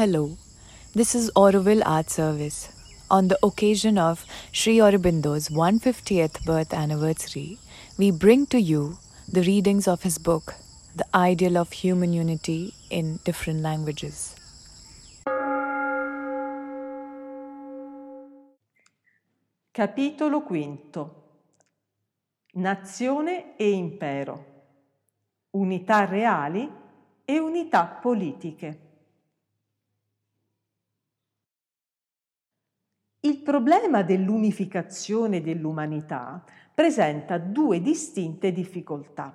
Hello, this is Auroville Art Service. On the occasion of Sri Aurobindo's 150th birth anniversary, we bring to you the readings of his book, The Ideal of Human Unity in Different Languages. Capitolo V. Nazione e impero. Unità reali e unità politiche. Il problema dell'unificazione dell'umanità presenta due distinte difficoltà.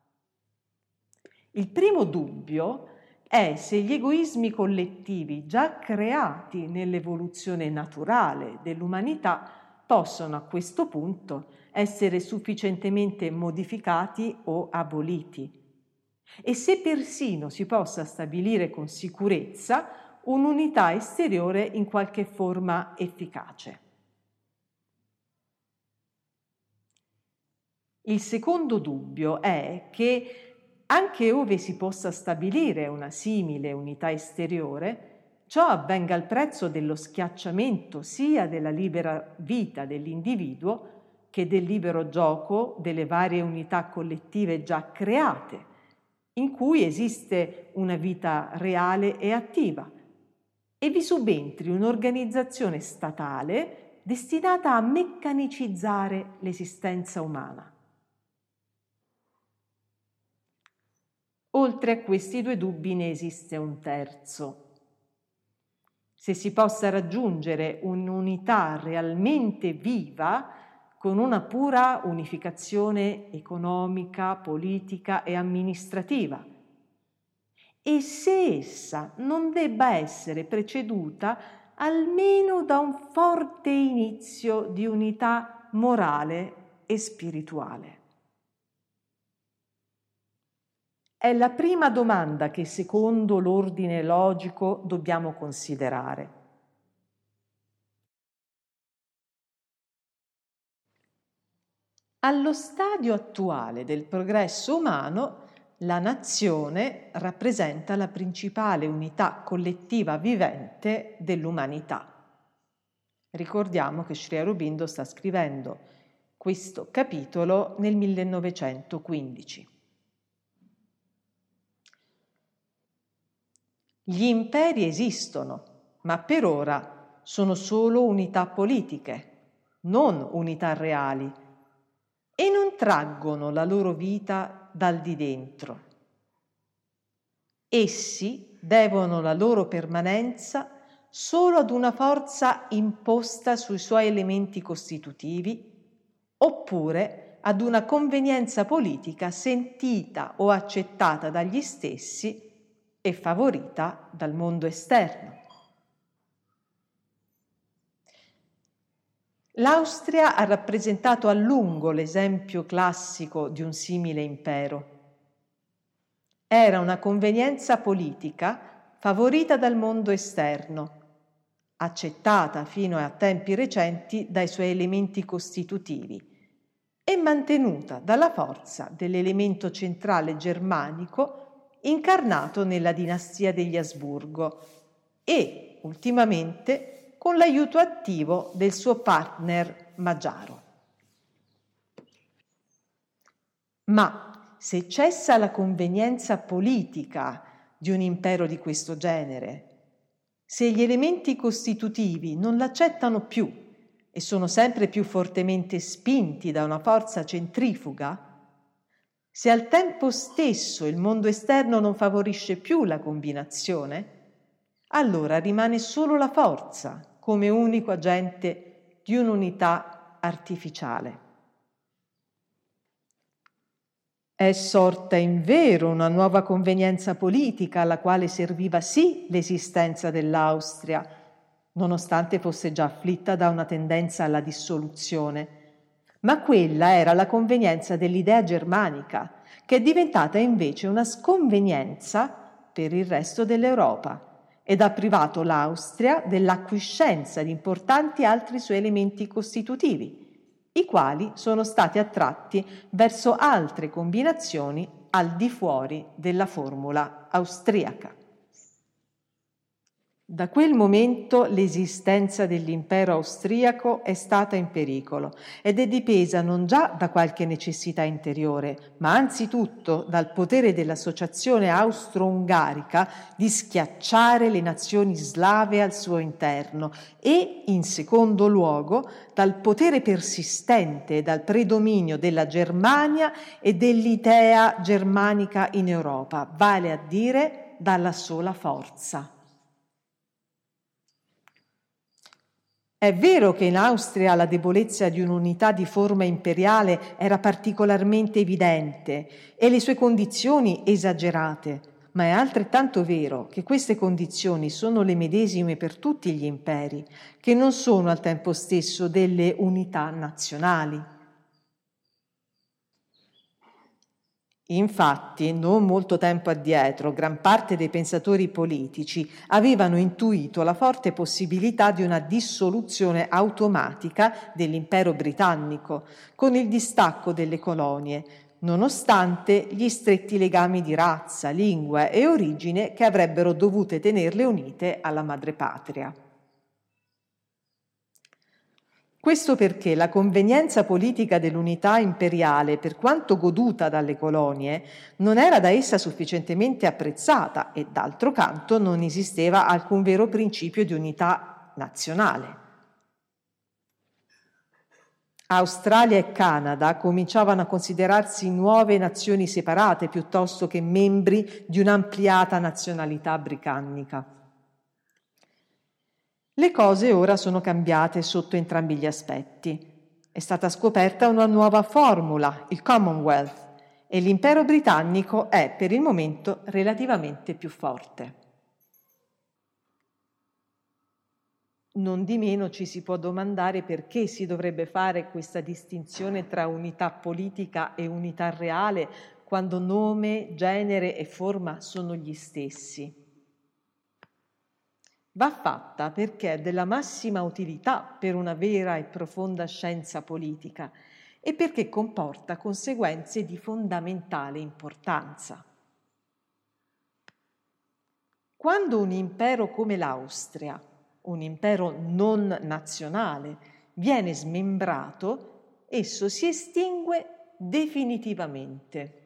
Il primo dubbio è se gli egoismi collettivi già creati nell'evoluzione naturale dell'umanità possono a questo punto essere sufficientemente modificati o aboliti, e se persino si possa stabilire con sicurezza un'unità esteriore in qualche forma efficace. Il secondo dubbio è che, anche ove si possa stabilire una simile unità esteriore, ciò avvenga al prezzo dello schiacciamento sia della libera vita dell'individuo che del libero gioco delle varie unità collettive già create, in cui esiste una vita reale e attiva, e vi subentri un'organizzazione statale destinata a meccanicizzare l'esistenza umana. Oltre a questi due dubbi ne esiste un terzo. Se si possa raggiungere un'unità realmente viva con una pura unificazione economica, politica e amministrativa, e se essa non debba essere preceduta almeno da un forte inizio di unità morale e spirituale. È la prima domanda che, secondo l'ordine logico, dobbiamo considerare. Allo stadio attuale del progresso umano, la nazione rappresenta la principale unità collettiva vivente dell'umanità. Ricordiamo che Sri Aurobindo sta scrivendo questo capitolo nel 1915. Gli imperi esistono, ma per ora sono solo unità politiche, non unità reali, e non traggono la loro vita dal di dentro. Essi devono la loro permanenza solo ad una forza imposta sui suoi elementi costitutivi, oppure ad una convenienza politica sentita o accettata dagli stessi e favorita dal mondo esterno. L'Austria ha rappresentato a lungo l'esempio classico di un simile impero. Era una convenienza politica favorita dal mondo esterno, accettata fino a tempi recenti dai suoi elementi costitutivi e mantenuta dalla forza dell'elemento centrale germanico incarnato nella dinastia degli Asburgo e, ultimamente, con l'aiuto attivo del suo partner Magiaro. Ma se cessa la convenienza politica di un impero di questo genere, se gli elementi costitutivi non l'accettano più e sono sempre più fortemente spinti da una forza centrifuga, se al tempo stesso il mondo esterno non favorisce più la combinazione, allora rimane solo la forza come unico agente di un'unità artificiale. È sorta invero una nuova convenienza politica alla quale serviva sì l'esistenza dell'Austria, nonostante fosse già afflitta da una tendenza alla dissoluzione, ma quella era la convenienza dell'idea germanica, che è diventata invece una sconvenienza per il resto dell'Europa ed ha privato l'Austria dell'acquiescenza di importanti altri suoi elementi costitutivi, i quali sono stati attratti verso altre combinazioni al di fuori della formula austriaca. Da quel momento l'esistenza dell'impero austriaco è stata in pericolo ed è dipesa non già da qualche necessità interiore, ma anzitutto dal potere dell'associazione austro-ungarica di schiacciare le nazioni slave al suo interno e, in secondo luogo, dal potere persistente e dal predominio della Germania e dell'idea germanica in Europa, vale a dire dalla sola forza. È vero che in Austria la debolezza di un'unità di forma imperiale era particolarmente evidente e le sue condizioni esagerate, ma è altrettanto vero che queste condizioni sono le medesime per tutti gli imperi, che non sono al tempo stesso delle unità nazionali. Infatti, non molto tempo addietro, gran parte dei pensatori politici avevano intuito la forte possibilità di una dissoluzione automatica dell'impero britannico, con il distacco delle colonie, nonostante gli stretti legami di razza, lingua e origine che avrebbero dovute tenerle unite alla madrepatria. Questo perché la convenienza politica dell'unità imperiale, per quanto goduta dalle colonie, non era da essa sufficientemente apprezzata e, d'altro canto, non esisteva alcun vero principio di unità nazionale. Australia e Canada cominciavano a considerarsi nuove nazioni separate piuttosto che membri di un'ampliata nazionalità britannica. Le cose ora sono cambiate sotto entrambi gli aspetti. È stata scoperta una nuova formula, il Commonwealth, e l'impero britannico è per il momento relativamente più forte. Non di meno ci si può domandare perché si dovrebbe fare questa distinzione tra unità politica e unità reale quando nome, genere e forma sono gli stessi. Va fatta perché è della massima utilità per una vera e profonda scienza politica e perché comporta conseguenze di fondamentale importanza. Quando un impero come l'Austria, un impero non nazionale, viene smembrato, esso si estingue definitivamente.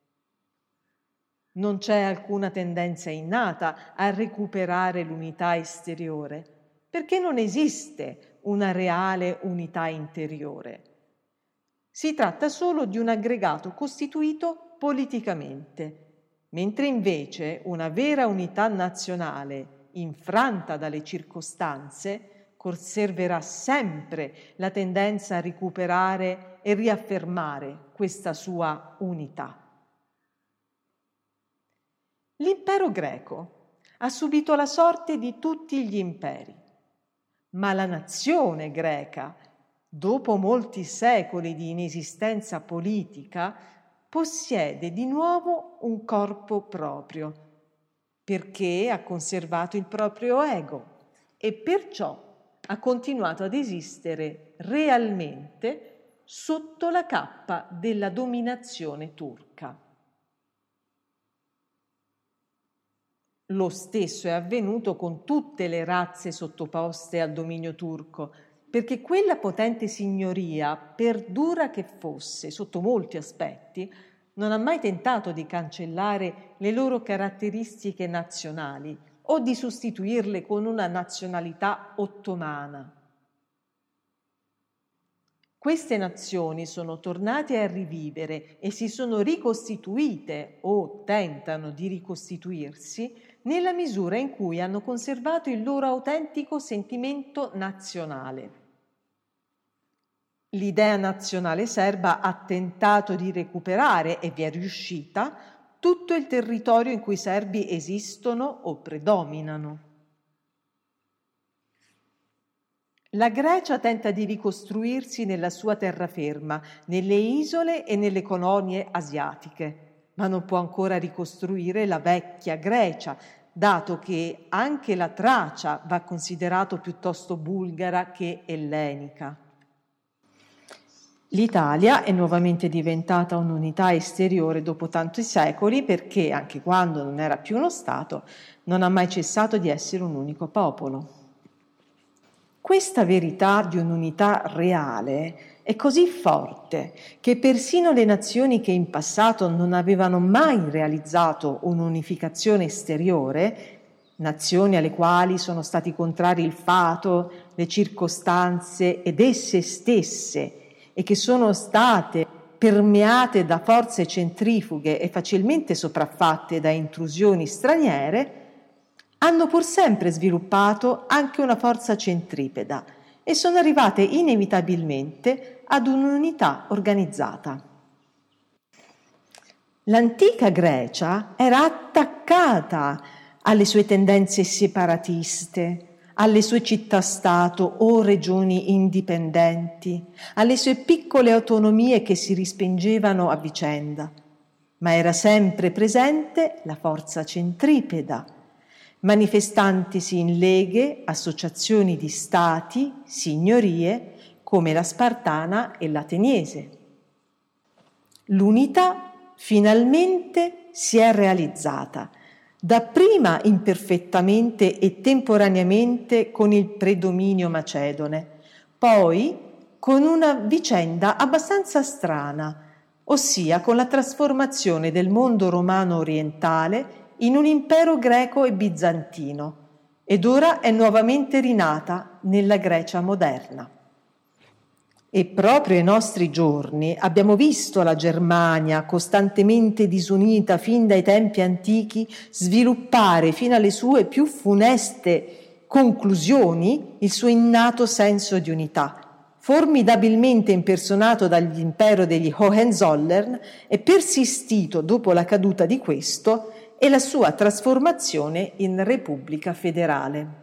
Non c'è alcuna tendenza innata a recuperare l'unità esteriore, perché non esiste una reale unità interiore. Si tratta solo di un aggregato costituito politicamente, mentre invece una vera unità nazionale, infranta dalle circostanze, conserverà sempre la tendenza a recuperare e riaffermare questa sua unità. L'impero greco ha subito la sorte di tutti gli imperi, ma la nazione greca, dopo molti secoli di inesistenza politica, possiede di nuovo un corpo proprio, perché ha conservato il proprio ego e perciò ha continuato ad esistere realmente sotto la cappa della dominazione turca. Lo stesso è avvenuto con tutte le razze sottoposte al dominio turco, perché quella potente signoria, per dura che fosse sotto molti aspetti, non ha mai tentato di cancellare le loro caratteristiche nazionali o di sostituirle con una nazionalità ottomana. Queste nazioni sono tornate a rivivere e si sono ricostituite o tentano di ricostituirsi nella misura in cui hanno conservato il loro autentico sentimento nazionale. L'idea nazionale serba ha tentato di recuperare, e vi è riuscita, tutto il territorio in cui i serbi esistono o predominano. La Grecia tenta di ricostruirsi nella sua terraferma, nelle isole e nelle colonie asiatiche, ma non può ancora ricostruire la vecchia Grecia, dato che anche la Tracia va considerato piuttosto bulgara che ellenica. L'Italia è nuovamente diventata un'unità esteriore dopo tanti secoli perché, anche quando non era più uno Stato, non ha mai cessato di essere un unico popolo. Questa verità di un'unità reale è così forte che persino le nazioni che in passato non avevano mai realizzato un'unificazione esteriore, nazioni alle quali sono stati contrari il fato, le circostanze ed esse stesse, e che sono state permeate da forze centrifughe e facilmente sopraffatte da intrusioni straniere, hanno pur sempre sviluppato anche una forza centripeta e sono arrivate inevitabilmente ad un'unità organizzata. L'antica Grecia era attaccata alle sue tendenze separatiste, alle sue città-stato o regioni indipendenti, alle sue piccole autonomie che si rispingevano a vicenda, ma era sempre presente la forza centripeta, manifestantisi in leghe, associazioni di stati, signorie, come la spartana e l'ateniese. L'unità finalmente si è realizzata, dapprima imperfettamente e temporaneamente con il predominio macedone, poi con una vicenda abbastanza strana, ossia con la trasformazione del mondo romano orientale in un impero greco e bizantino, ed ora è nuovamente rinata nella Grecia moderna. E proprio ai nostri giorni abbiamo visto la Germania, costantemente disunita fin dai tempi antichi, sviluppare fino alle sue più funeste conclusioni il suo innato senso di unità, formidabilmente impersonato dall'impero degli Hohenzollern e persistito dopo la caduta di questo e la sua trasformazione in Repubblica federale.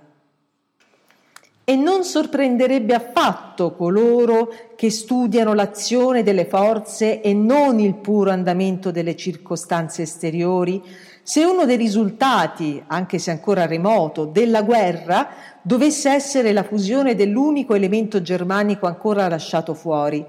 E non sorprenderebbe affatto coloro che studiano l'azione delle forze e non il puro andamento delle circostanze esteriori, se uno dei risultati, anche se ancora remoto, della guerra dovesse essere la fusione dell'unico elemento germanico ancora lasciato fuori,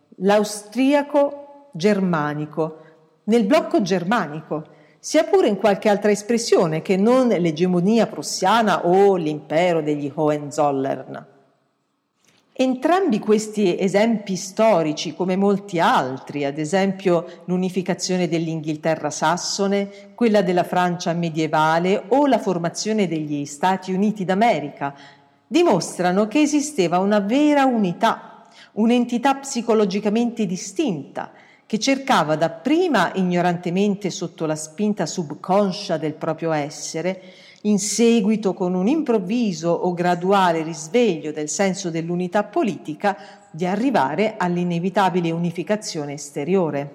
l'austriaco germanico, nel blocco germanico, sia pure in qualche altra espressione che non l'egemonia prussiana o l'impero degli Hohenzollern. Entrambi questi esempi storici, come molti altri, ad esempio l'unificazione dell'Inghilterra sassone, quella della Francia medievale o la formazione degli Stati Uniti d'America, dimostrano che esisteva una vera unità, un'entità psicologicamente distinta, che cercava dapprima ignorantemente sotto la spinta subconscia del proprio essere, in seguito con un improvviso o graduale risveglio del senso dell'unità politica, di arrivare all'inevitabile unificazione esteriore.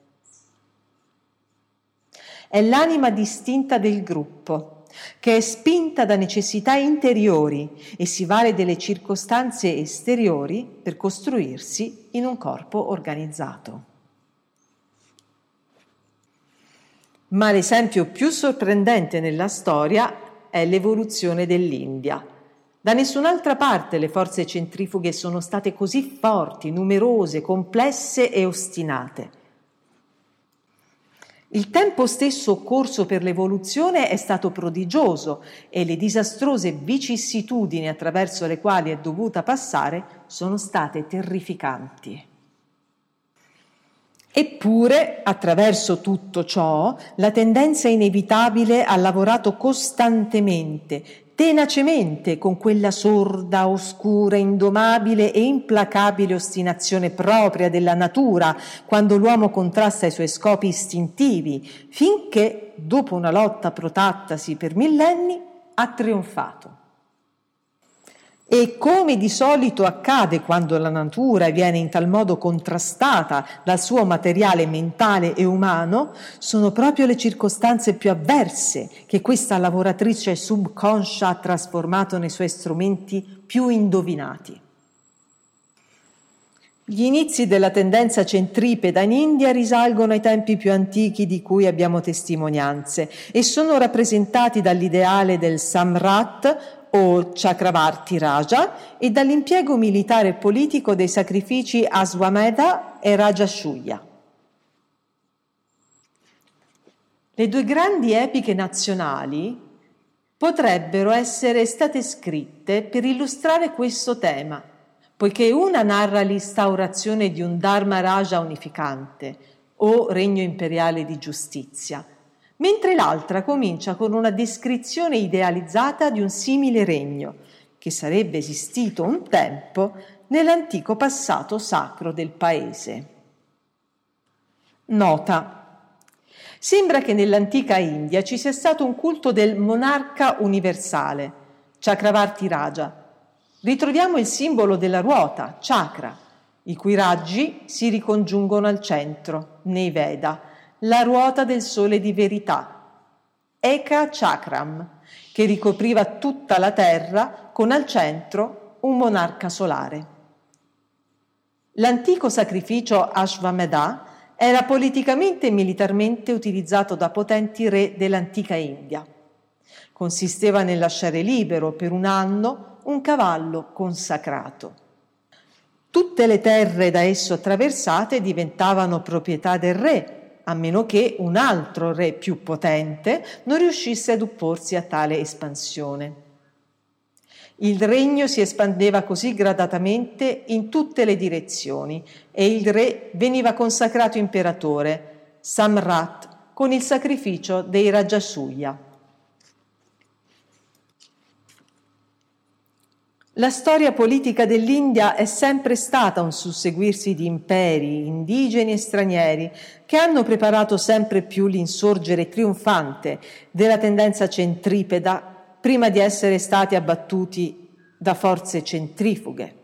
È l'anima distinta del gruppo, che è spinta da necessità interiori e si vale delle circostanze esteriori per costruirsi in un corpo organizzato. Ma l'esempio più sorprendente nella storia è l'evoluzione dell'India. Da nessun'altra parte le forze centrifughe sono state così forti, numerose, complesse e ostinate. Il tempo stesso occorso per l'evoluzione è stato prodigioso e le disastrose vicissitudini attraverso le quali è dovuta passare sono state terrificanti. Eppure, attraverso tutto ciò, la tendenza inevitabile ha lavorato costantemente, tenacemente, con quella sorda, oscura, indomabile e implacabile ostinazione propria della natura quando l'uomo contrasta i suoi scopi istintivi, finché, dopo una lotta protrattasi per millenni, ha trionfato. E come di solito accade quando la natura viene in tal modo contrastata dal suo materiale mentale e umano, sono proprio le circostanze più avverse che questa lavoratrice subconscia ha trasformato nei suoi strumenti più indovinati. Gli inizi della tendenza centripeta in India risalgono ai tempi più antichi di cui abbiamo testimonianze e sono rappresentati dall'ideale del Samrat o Chakravarti Raja e dall'impiego militare e politico dei sacrifici Aswamedha e Rajasuya. Le due grandi epiche nazionali potrebbero essere state scritte per illustrare questo tema, poiché una narra l'instaurazione di un Dharma Raja unificante o regno imperiale di giustizia, mentre l'altra comincia con una descrizione idealizzata di un simile regno che sarebbe esistito un tempo nell'antico passato sacro del paese. Nota: sembra che nell'antica India ci sia stato un culto del monarca universale, Chakravarti Raja. Ritroviamo il simbolo della ruota, chakra, i cui raggi si ricongiungono al centro, nei Veda, la ruota del sole di verità, Eka Chakram, che ricopriva tutta la terra con al centro un monarca solare. L'antico sacrificio Ashvamedha era politicamente e militarmente utilizzato da potenti re dell'antica India. Consisteva nel lasciare libero per un anno un cavallo consacrato. Tutte le terre da esso attraversate diventavano proprietà del re, a meno che un altro re più potente non riuscisse ad opporsi a tale espansione. Il regno si espandeva così gradatamente in tutte le direzioni e il re veniva consacrato imperatore, Samrat, con il sacrificio dei Rajasuya. La storia politica dell'India è sempre stata un susseguirsi di imperi, indigeni e stranieri, che hanno preparato sempre più l'insorgere trionfante della tendenza centripeta prima di essere stati abbattuti da forze centrifughe.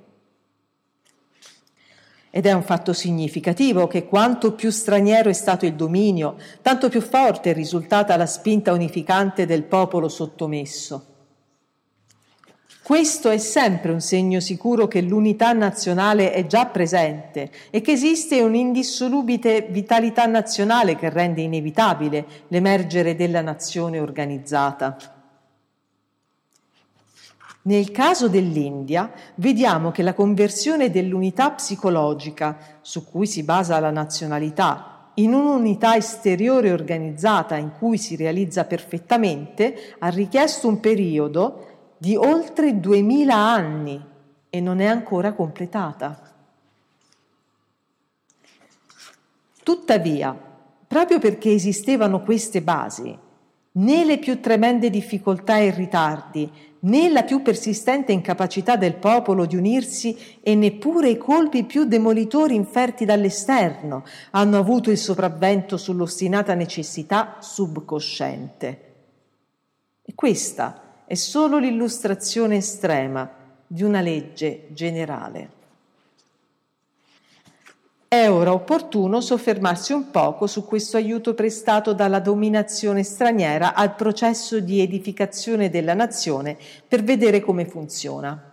Ed è un fatto significativo che quanto più straniero è stato il dominio, tanto più forte è risultata la spinta unificante del popolo sottomesso. Questo è sempre un segno sicuro che l'unità nazionale è già presente e che esiste un'indissolubile vitalità nazionale che rende inevitabile l'emergere della nazione organizzata. Nel caso dell'India vediamo che la conversione dell'unità psicologica su cui si basa la nazionalità in un'unità esteriore organizzata in cui si realizza perfettamente ha richiesto un periodo di oltre 2000 anni e non è ancora completata. Tuttavia, proprio perché esistevano queste basi, né le più tremende difficoltà e ritardi, né la più persistente incapacità del popolo di unirsi e neppure i colpi più demolitori inferti dall'esterno hanno avuto il sopravvento sull'ostinata necessità subconsciente. E questa è solo l'illustrazione estrema di una legge generale. È ora opportuno soffermarsi un poco su questo aiuto prestato dalla dominazione straniera al processo di edificazione della nazione per vedere come funziona.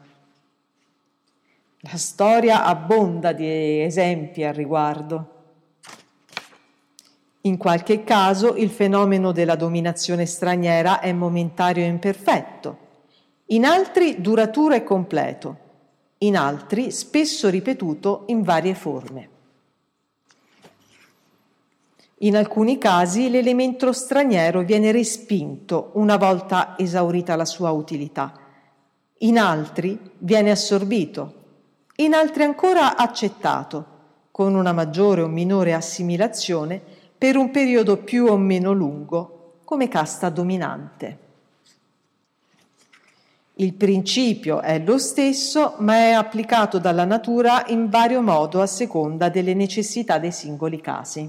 La storia abbonda di esempi al riguardo. In qualche caso il fenomeno della dominazione straniera è momentaneo e imperfetto, in altri duraturo e completo, in altri spesso ripetuto in varie forme. In alcuni casi l'elemento straniero viene respinto una volta esaurita la sua utilità, in altri viene assorbito, in altri ancora accettato, con una maggiore o minore assimilazione per un periodo più o meno lungo, come casta dominante. Il principio è lo stesso, ma è applicato dalla natura in vario modo a seconda delle necessità dei singoli casi.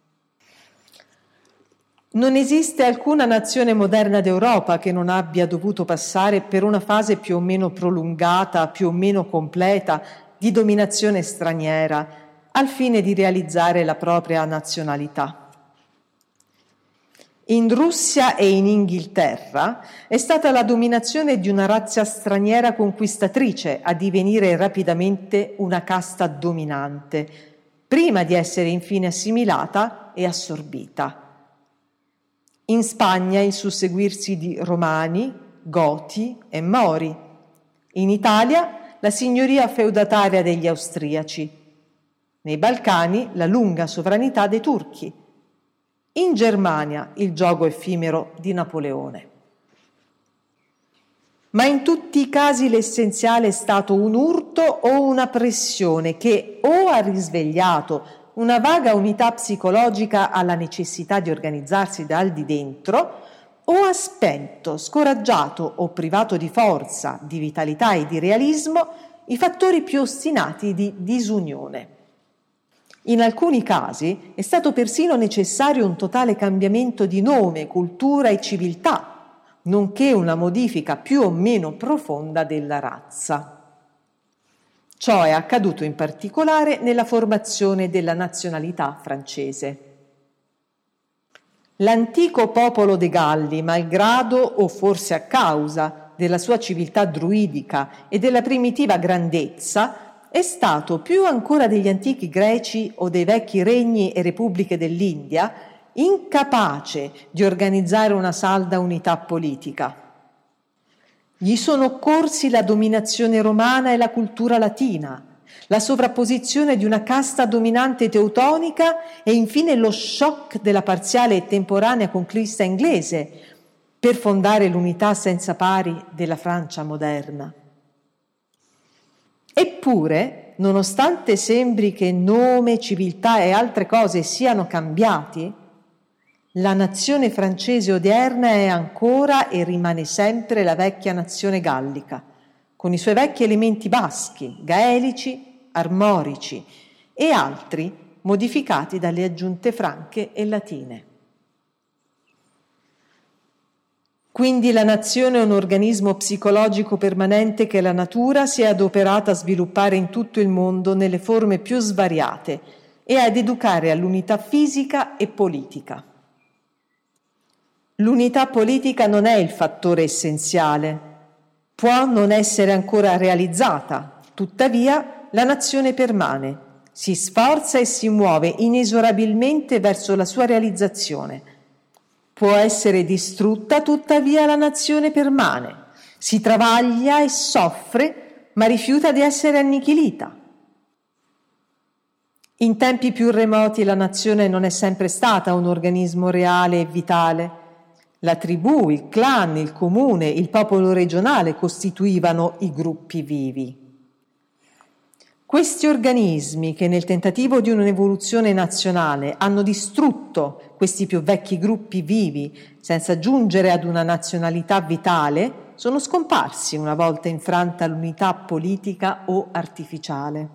Non esiste alcuna nazione moderna d'Europa che non abbia dovuto passare per una fase più o meno prolungata, più o meno completa, di dominazione straniera, al fine di realizzare la propria nazionalità. In Russia e in Inghilterra è stata la dominazione di una razza straniera conquistatrice a divenire rapidamente una casta dominante, prima di essere infine assimilata e assorbita. In Spagna il susseguirsi di Romani, Goti e Mori. In Italia la signoria feudataria degli austriaci. Nei Balcani la lunga sovranità dei turchi. In Germania il giogo effimero di Napoleone. Ma in tutti i casi l'essenziale è stato un urto o una pressione che o ha risvegliato una vaga unità psicologica alla necessità di organizzarsi dal di dentro, o ha spento, scoraggiato o privato di forza, di vitalità e di realismo i fattori più ostinati di disunione. In alcuni casi è stato persino necessario un totale cambiamento di nome, cultura e civiltà, nonché una modifica più o meno profonda della razza. Ciò è accaduto in particolare nella formazione della nazionalità francese. L'antico popolo dei Galli, malgrado o forse a causa della sua civiltà druidica e della primitiva grandezza, è stato, più ancora degli antichi greci o dei vecchi regni e repubbliche dell'India, incapace di organizzare una salda unità politica. Gli sono occorsi la dominazione romana e la cultura latina, la sovrapposizione di una casta dominante teutonica e infine lo shock della parziale e temporanea conquista inglese per fondare l'unità senza pari della Francia moderna. Eppure, nonostante sembri che nome, civiltà e altre cose siano cambiati, la nazione francese odierna è ancora e rimane sempre la vecchia nazione gallica, con i suoi vecchi elementi baschi, gaelici, armorici e altri modificati dalle aggiunte franche e latine. Quindi la nazione è un organismo psicologico permanente che la natura si è adoperata a sviluppare in tutto il mondo nelle forme più svariate e ad educare all'unità fisica e politica. L'unità politica non è il fattore essenziale, può non essere ancora realizzata, tuttavia la nazione permane, si sforza e si muove inesorabilmente verso la sua realizzazione. Può essere distrutta, tuttavia la nazione permane, si travaglia e soffre, ma rifiuta di essere annichilita. In tempi più remoti la nazione non è sempre stata un organismo reale e vitale. La tribù, il clan, il comune, il popolo regionale costituivano i gruppi vivi. Questi organismi che nel tentativo di un'evoluzione nazionale hanno distrutto questi più vecchi gruppi vivi senza giungere ad una nazionalità vitale sono scomparsi una volta infranta l'unità politica o artificiale.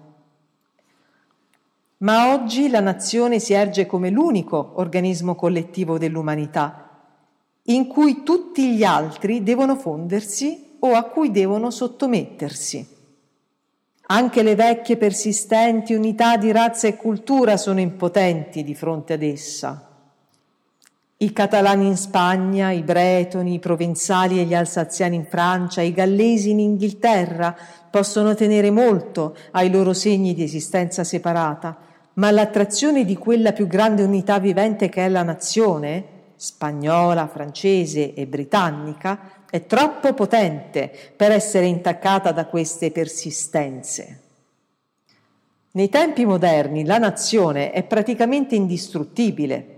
Ma oggi la nazione si erge come l'unico organismo collettivo dell'umanità, in cui tutti gli altri devono fondersi o a cui devono sottomettersi. Anche le vecchie persistenti unità di razza e cultura sono impotenti di fronte ad essa. I catalani in Spagna, i bretoni, i provenzali e gli alsaziani in Francia, i gallesi in Inghilterra possono tenere molto ai loro segni di esistenza separata, ma l'attrazione di quella più grande unità vivente che è la nazione, spagnola, francese e britannica, è troppo potente per essere intaccata da queste persistenze. Nei tempi moderni la nazione è praticamente indistruttibile,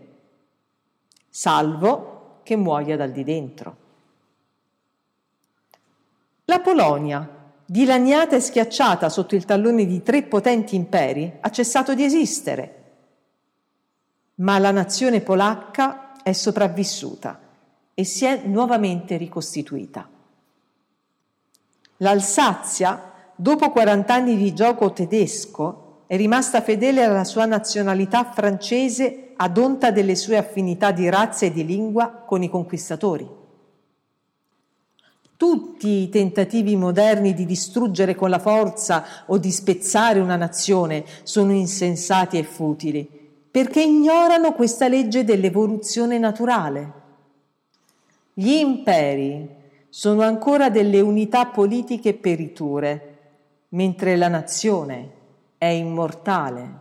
salvo che muoia dal di dentro. La Polonia, dilaniata e schiacciata sotto il tallone di 3 potenti imperi, ha cessato di esistere, ma la nazione polacca è sopravvissuta e si è nuovamente ricostituita. L'Alsazia, dopo 40 anni di giogo tedesco, è rimasta fedele alla sua nazionalità francese ad onta delle sue affinità di razza e di lingua con i conquistatori. Tutti i tentativi moderni di distruggere con la forza o di spezzare una nazione sono insensati e futili, perché ignorano questa legge dell'evoluzione naturale. Gli imperi sono ancora delle unità politiche periture, mentre la nazione è immortale.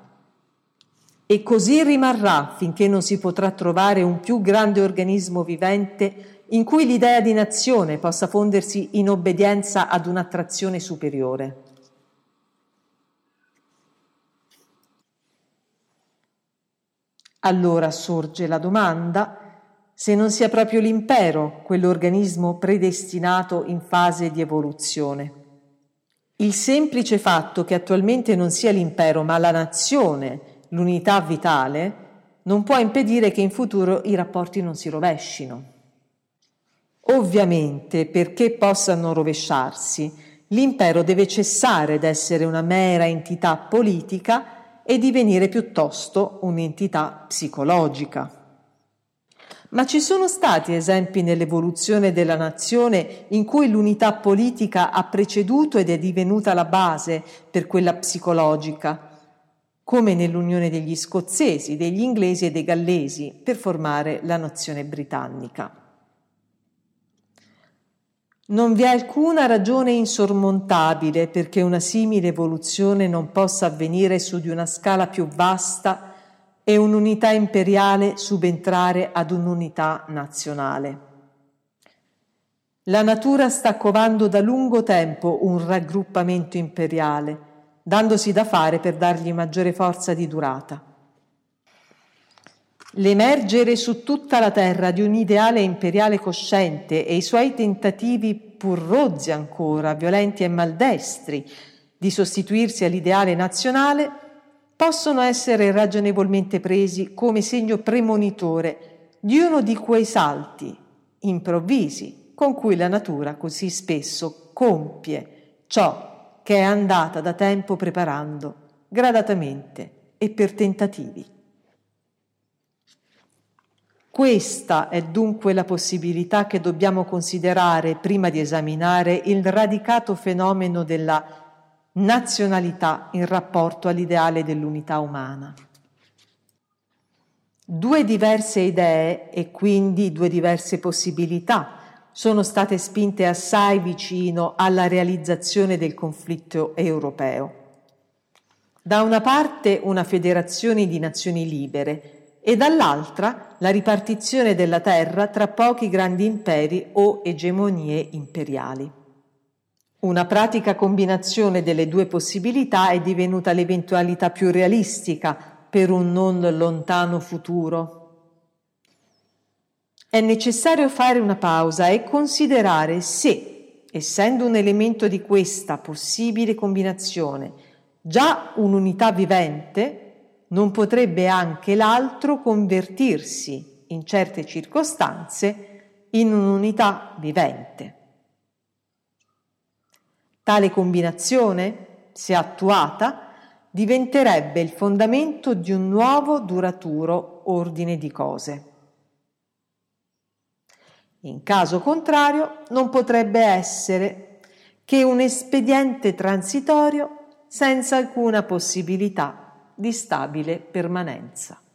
E così rimarrà finché non si potrà trovare un più grande organismo vivente in cui l'idea di nazione possa fondersi in obbedienza ad un'attrazione superiore. Allora sorge la domanda se non sia proprio l'impero quell'organismo predestinato in fase di evoluzione. Il semplice fatto che attualmente non sia l'impero ma la nazione, l'unità vitale, non può impedire che in futuro i rapporti non si rovescino. Ovviamente, perché possano rovesciarsi, l'impero deve cessare d'essere una mera entità politica e divenire piuttosto un'entità psicologica. Ma ci sono stati esempi nell'evoluzione della nazione in cui l'unità politica ha preceduto ed è divenuta la base per quella psicologica, come nell'unione degli scozzesi, degli inglesi e dei gallesi per formare la nazione britannica. Non vi è alcuna ragione insormontabile perché una simile evoluzione non possa avvenire su di una scala più vasta e un'unità imperiale subentrare ad un'unità nazionale. La natura sta covando da lungo tempo un raggruppamento imperiale, dandosi da fare per dargli maggiore forza di durata. L'emergere su tutta la terra di un ideale imperiale cosciente e i suoi tentativi, pur rozzi ancora, violenti e maldestri, di sostituirsi all'ideale nazionale, possono essere ragionevolmente presi come segno premonitore di uno di quei salti improvvisi con cui la natura così spesso compie ciò che è andata da tempo preparando, gradatamente e per tentativi. Questa è dunque la possibilità che dobbiamo considerare prima di esaminare il radicato fenomeno della nazionalità in rapporto all'ideale dell'unità umana. Due diverse idee e quindi due diverse possibilità sono state spinte assai vicino alla realizzazione del conflitto europeo. Da una parte una federazione di nazioni libere e dall'altra la ripartizione della terra tra pochi grandi imperi o egemonie imperiali. Una pratica combinazione delle due possibilità è divenuta l'eventualità più realistica per un non lontano futuro. È necessario fare una pausa e considerare se, essendo un elemento di questa possibile combinazione già un'unità vivente, non potrebbe anche l'altro convertirsi, in certe circostanze, in un'unità vivente. Tale combinazione, se attuata, diventerebbe il fondamento di un nuovo duraturo ordine di cose. In caso contrario, non potrebbe essere che un espediente transitorio senza alcuna possibilità di stabile permanenza.